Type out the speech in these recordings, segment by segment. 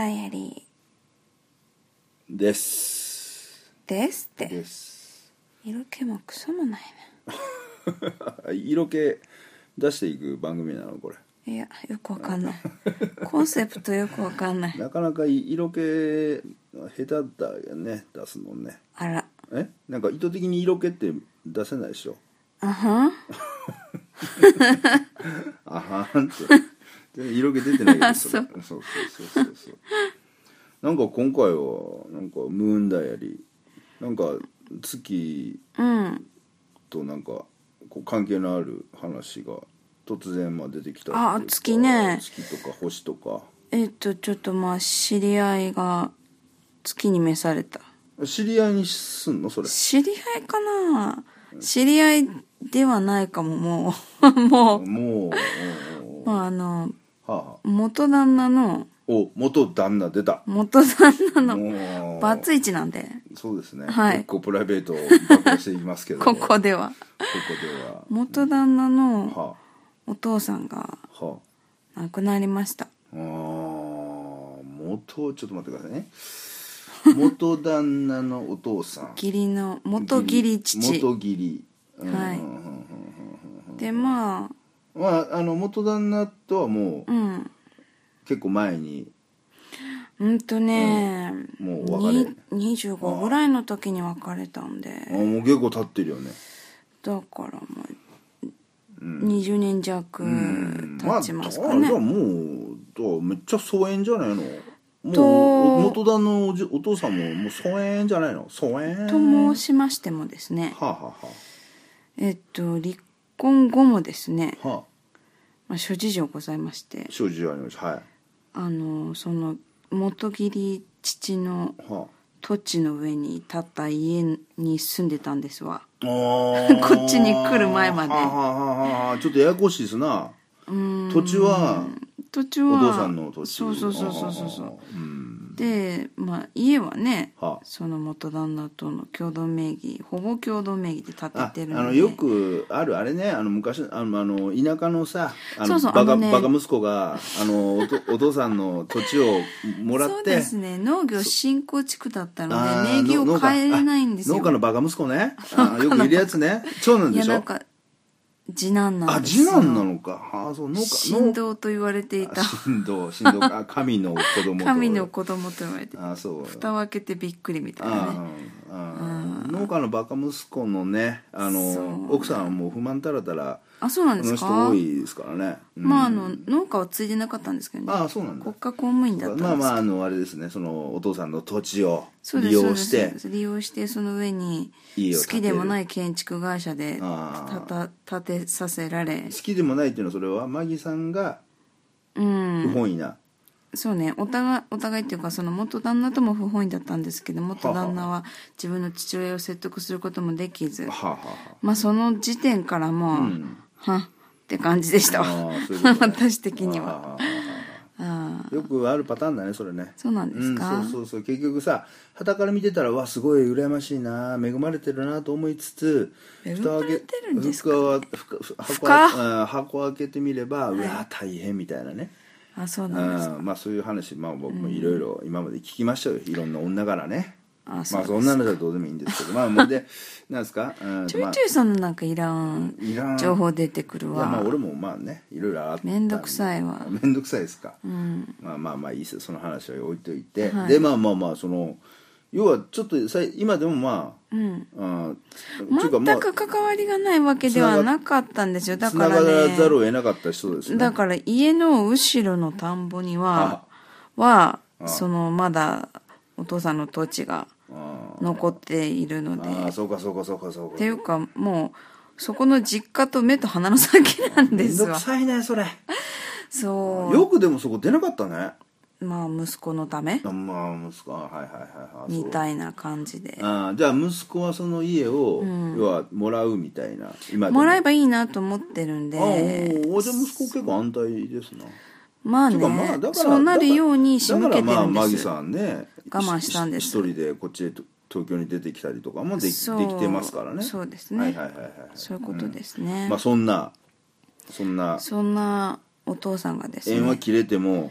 ダイアリーですって色気もクソもないね色気出していく番組なのこれ。 いやよくわかんないコンセプトよくわかんない。 なかなか色気下手だよね出すのね。 あらなんか意図的に色気って出せないでしょ。 あはんあはんって全然色気出てないけどそうなんか今回はなんかムーンダイアリーなんか月となんかこう関係のある話が突然出てきた。 あ、月ね。 月とか星とか。 ちょっと知り合いが月に召された。 知り合いにすんのそれ。 知り合いかな。知り合いではないかももう元旦那の元旦那出た。 元旦那のバツイチなんで。 そうですね。 はい、 結構プライベートを暴露していきますけど。 ここでは元旦那のお父さんが亡くなりました。 ちょっと待ってくださいね。元旦那のお父さん。 義理の元義理父。 元義理。 はい。で元旦那とはもう、結構前にもう別れ25ぐらいの時に別れたんで、 もう結構経ってるよね。 だからもう20年弱経ちますかね。 もうめっちゃ疎遠じゃないの。もう元旦のお父さんももう疎遠じゃないの。疎遠と申しましてもですね、離婚後もですね、諸事情ございまして、 諸事情ありました。はい。 その元義理父の土地の上に建った家に住んでたんですわ。こっちに来る前まで。 ちょっとややこしいですな。土地はお父さんの土地。 そうで家はね、その元旦那との共同名義、ほぼ共同名義で建ててるので、 よくあるあれね、昔田舎のさバカ息子がお父さんの土地をもらって、そうですね、農業新興地区だったので名義を変えれないんですよ。 農家のバカ息子ね。よくいるやつね。長男でしょ。 いや、なんか次男なんですよ。 次男なのか。 神童と言われていた。 神童神の子供。 神の子供と言われて。 そう。 蓋を開けてびっくりみたいなね。 農家のバカ息子のね、奥さんはもう不満たらたら。 そうなんですか。 の人多いですからね。 農家は継いでなかったんですけどね。 そうなんだ。 国家公務員だったんですけど。 あれですね、そのお父さんの土地を利用してその上に好きでもない建築会社で建てさせられ。 好きでもないっていうのはそれはマギさんが不本意な。 そうね、お互いっていうか、その元旦那とも不本意だったんですけど、元旦那は自分の父親を説得することもできず、その時点からもう、って感じでしたわ。私的には。 よくあるパターンだね、それね。 そうなんですか。 そう結局さ、旗から見てたらすごい羨ましいな、恵まれてるなと思いつつ、 蓋を開けてるんですか。 箱を開けてみれば、うわ大変みたいなね。 そうなんですか。 そういう話、僕もいろいろ今まで聞きましたよ、いろんな女からね。そんなのはどうでもいいんですけど、なんですか、 ちょいちょいそのなんかいらん情報出てくるわ。 俺もいろいろあったんで。 めんどくさいわ。 めんどくさいですか。いいですよ、その話は置いといて。でその要はちょっと今でも全く関わりがないわけではなかったんですよ。だからね、 繋がらざるを得なかった人ですね。 だから家の後ろの田んぼにはそのまだお父さんの土地が残っているので。 そうかっていうか、もうそこの実家と目と鼻の先なんですわ。 めんどくさいねそれ。 そうよくでもそこ出なかったね。 息子のため、 息子みたいな感じで。 じゃあ息子はその家を、要はもらうみたいな。 もらえばいいなと思ってるんで。 じゃあ息子結構安泰ですな。 そうなるように仕向けてるんです。 だからマギさんね、 我慢したんです。 一人でこっちへ東京に出てきたりとかもできてますからね。 そうですね。そういうことですね。 そんなお父さんがですね。 縁は切れても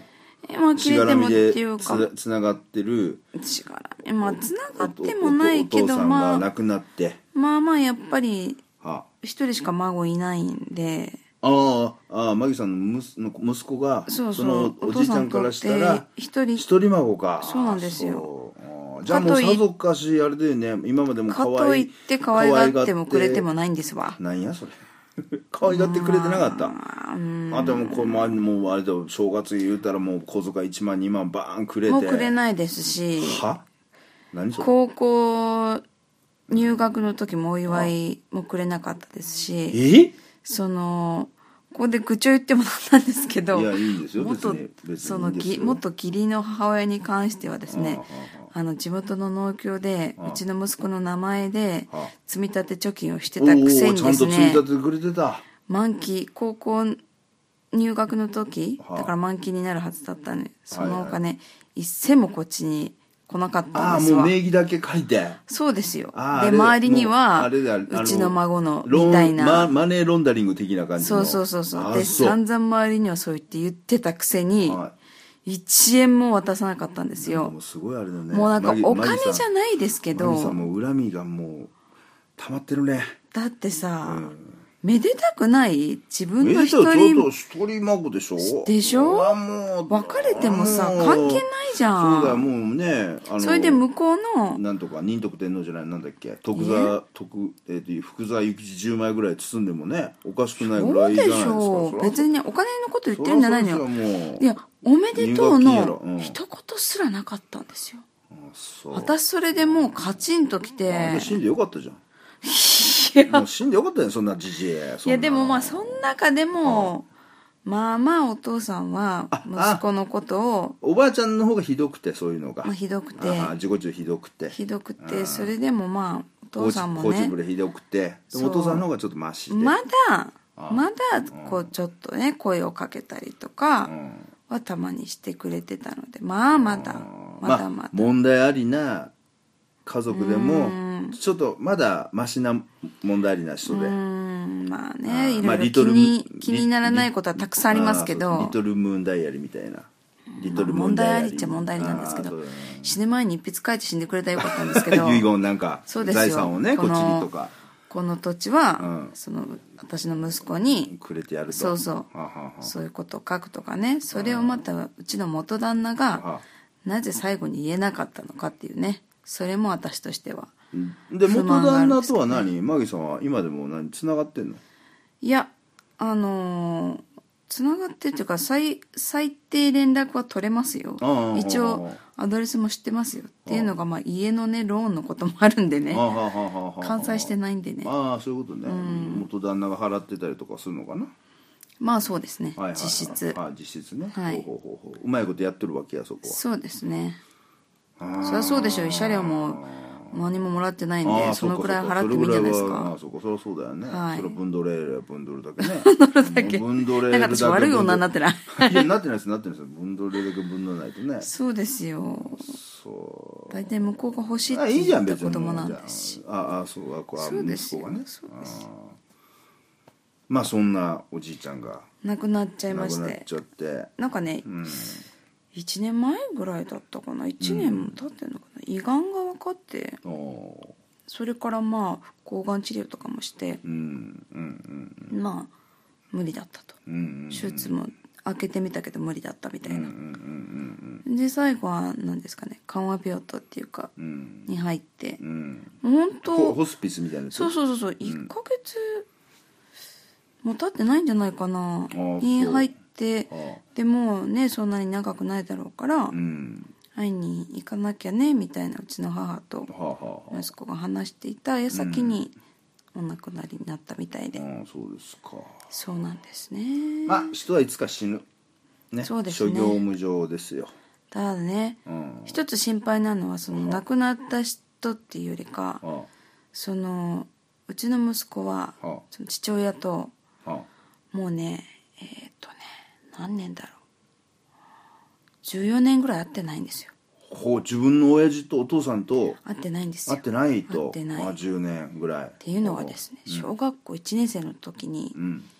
まあ、切れてもってしいうかつながってるしがらみ、まあつながってもないけお父さんどまあが亡くなって、 まあまあやっぱりは一人しか孫いないんで、 マギさんの息子がそうそのおじいちゃんからしたら一人孫か。 そうなんですよ。 じゃあもうさぞかしあれだよね、今までもかといって可愛がってもくれてもないんですわ。 なんやそれ可愛がってくれてなかった。でもこれもうあれだ、正月言うたらもう小遣い1万2万バーンくれて、 もうくれないですし、 何それ、 高校入学の時もお祝いもくれなかったですし、ここで愚痴を言ってもらったんですけど、 いやいいんですよ、別に元義理の母親に関してはですね、地元の農協でうちの息子の名前で積み立て貯金をしてたくせにですね、 ちゃんと積み立ててくれてた。 満期、高校入学の時だから満期になるはずだったね、そのお金一銭もこっちに来なかったんですわ。 もう名義だけ書いて。 そうですよ。で周りにはうちの孫のみたいなマネーロンダリング的な感じの。 そうで散々周りにはそう言ってたくせに、1円も渡さなかったんですよ。 もうすごいあれだね。 もうなんかお金じゃないですけど、 マギさんも恨みがもう溜まってるね。 だってさ、めでたくない？自分の一人孫でしょ。 でしょ？別れてもさ関係ないじゃん。 そうだよ、もうね。 それで向こうのなんとか仁徳天皇じゃない、なんだっけ、福沢諭吉10枚ぐらい包んでもねおかしくないぐらいじゃないですか。 そうでしょ。別にねお金のこと言ってるんじゃないのよ。いやおめでとうの一言すらなかったんですよ。私それでもうカチンときて。 死んでよかったじゃん。もう死んでよかったよ、そんなじじい。 いやでもまあその中でもまあまあお父さんは息子のことを、 おばあちゃんの方がひどくて、そういうのが、 ひどくて自己中ひどくてそれでもまあお父さんもねコーチブレひどくて、でもお父さんの方がちょっとマシで、 まだこうちょっとね声をかけたりとかはたまにしてくれてたので、まだ問題ありな家族でもちょっとまだマシな問題ありな人で、 まあね、いろいろ気にならないことはたくさんありますけど、 リトルムーンダイアリーみたいな、 問題ありっちゃ問題ありなんですけど、死ぬ前に一筆書いて死んでくれたらよかったんですけど遺言なんか財産をね、こっちにとか、 この土地は、私の息子にくれてやると、 そういうことを書くとかね、それをまたうちの元旦那がなぜ最後に言えなかったのかっていうね、それも私としてはで、元旦那とは何、マギさんは今でもつながってんの？ いやつながってるっていうか最低連絡は取れますよ。一応アドレスも知ってますよっていうのが、まあ家のねローンのこともあるんでね、完済してないんでね。 そういうことね、元旦那が払ってたりとかするのかな。 まあそうですね、実質実質ね、うまいことやってるわけや、そこは。 そうですね。そりゃそうでしょう。慰謝料も何ももらってないんで、そのくらい払ってもいいんじゃないですか。 そりゃそうだよね。それ分取れれば分取るだけね。 分取れるだけ。だから私悪い女になってない。 いや、なってないです、なってないです。分取れるだけ分取らないとね。 そうですよ。大体向こうが欲しいって言った子供なんですし。 そうですよね。まあそんなおじいちゃんが亡くなっちゃいまして、なんかね、1年前ぐらいだったかな、1年も経ってんのかな、胃がんが分かって、それからまあ抗がん治療とかもして、まあ無理だったと、手術も開けてみたけど無理だったみたいな、で最後は何ですかね、緩和病棟っていうか、に入って、本当ホスピスみたいな。 そう1ヶ月もう経ってないんじゃないかなに入って、でもねそんなに長くないだろうから、会いに行かなきゃねみたいな、うちの母と息子が話していた矢先にお亡くなりになったみたいで。 そうですか。 そうなんですね。 まあ人はいつか死ぬね。そうですね。諸行無常ですよ。 ただね、一つ心配なのはその亡くなった人っていうよりか、そのうちの息子はその父親ともうね何年だろう、14年ぐらい会ってないんですよ。 自分の親父とお父さんと会ってないんですよ。 会ってない10年ぐらいっていうのがですね、小学校1年生の時に、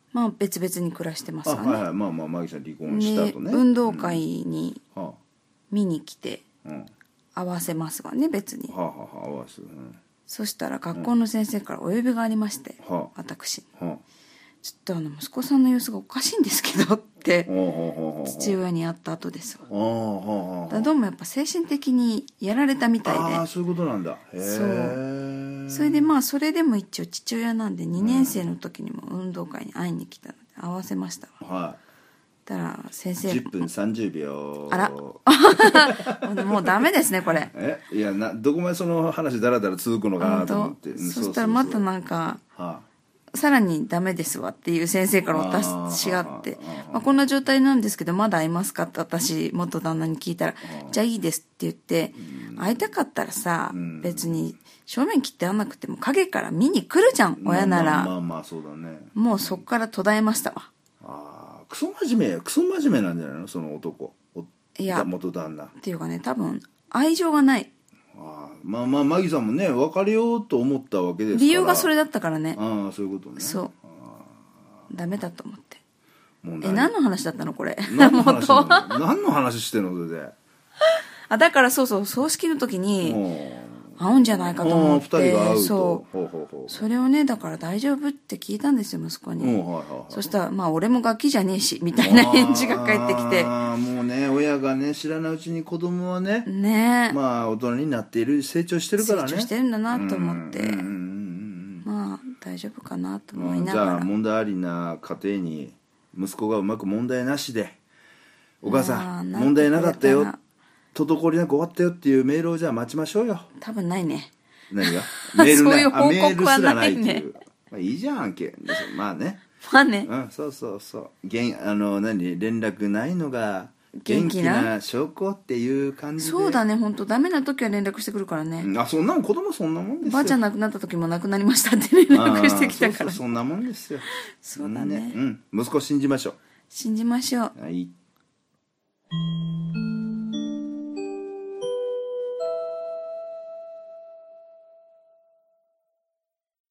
まあ別々に暮らしてますわね。 はいはい、まあまあマギさん離婚した後ね。 運動会に見に来て合わせますわね、別に。 はあはあ、合わせる、 そしたら学校の先生からお呼びがありまして、私に。ちょっと息子さんの様子がおかしいんですけどって父親に会った後ですわ。だどうもやっぱ精神的にやられたみたいで。 ああ、そういうことなんだ。 そうそれでまあそれでも一応父親なんで2年生の時にも運動会に会いに来たので会わせましたわ。はい。だから先生 10分30秒。 あらもうダメですねこれ。 いやどこまでその話だらだら続くのかなと思って。 そしたらまたなんか、さらにダメですわっていう先生から私があって、こんな状態なんですけどまだ会いますかって私元旦那に聞いたら、じゃあいいですって言って、会いたかったらさ、別に正面切って会わなくても影から見に来るじゃん、親なら。 まあそうだね。 もうそっから途絶えましたわ。 クソ真面目なんじゃないのその男。いや元旦那っていうかね、多分愛情がない。 まあマギさんもね別れようと思ったわけですから。 理由がそれだったからね。 そういうことね。 そうダメだと思って。何の話だったのこれ。 何の話してんのそれで。 だからそう葬式の時に会うんじゃないかと思って、 2人が会うと。 そうそれをねだから大丈夫って聞いたんですよ息子に。そしたらまあ俺もガキじゃねえしみたいな返事が返ってきて、 もうね親がね知らないうちに子供はねまあ大人になっている、成長してるからね。 成長してるんだなと思って、まあ大丈夫かなと思いながら。 じゃあ問題ありな家庭に息子がうまく問題なしで、お母さん問題なかったよ、滞りなく終わったよっていうメールをじゃあ待ちましょうよ。 多分ないね。 何がメールそういう報告はないね。 メールすらないっていう。まあいいじゃんけ。まあね。そう連絡ないのが元気な証拠っていう感じで。 そうだね、本当ダメな時は連絡してくるからね。 そんな子供そんなもんですよ。 ばあちゃん亡くなった時も亡くなりましたって連絡してきたから。 そんなもんですよ。 そうだね。 息子信じましょう。 信じましょう。 はい。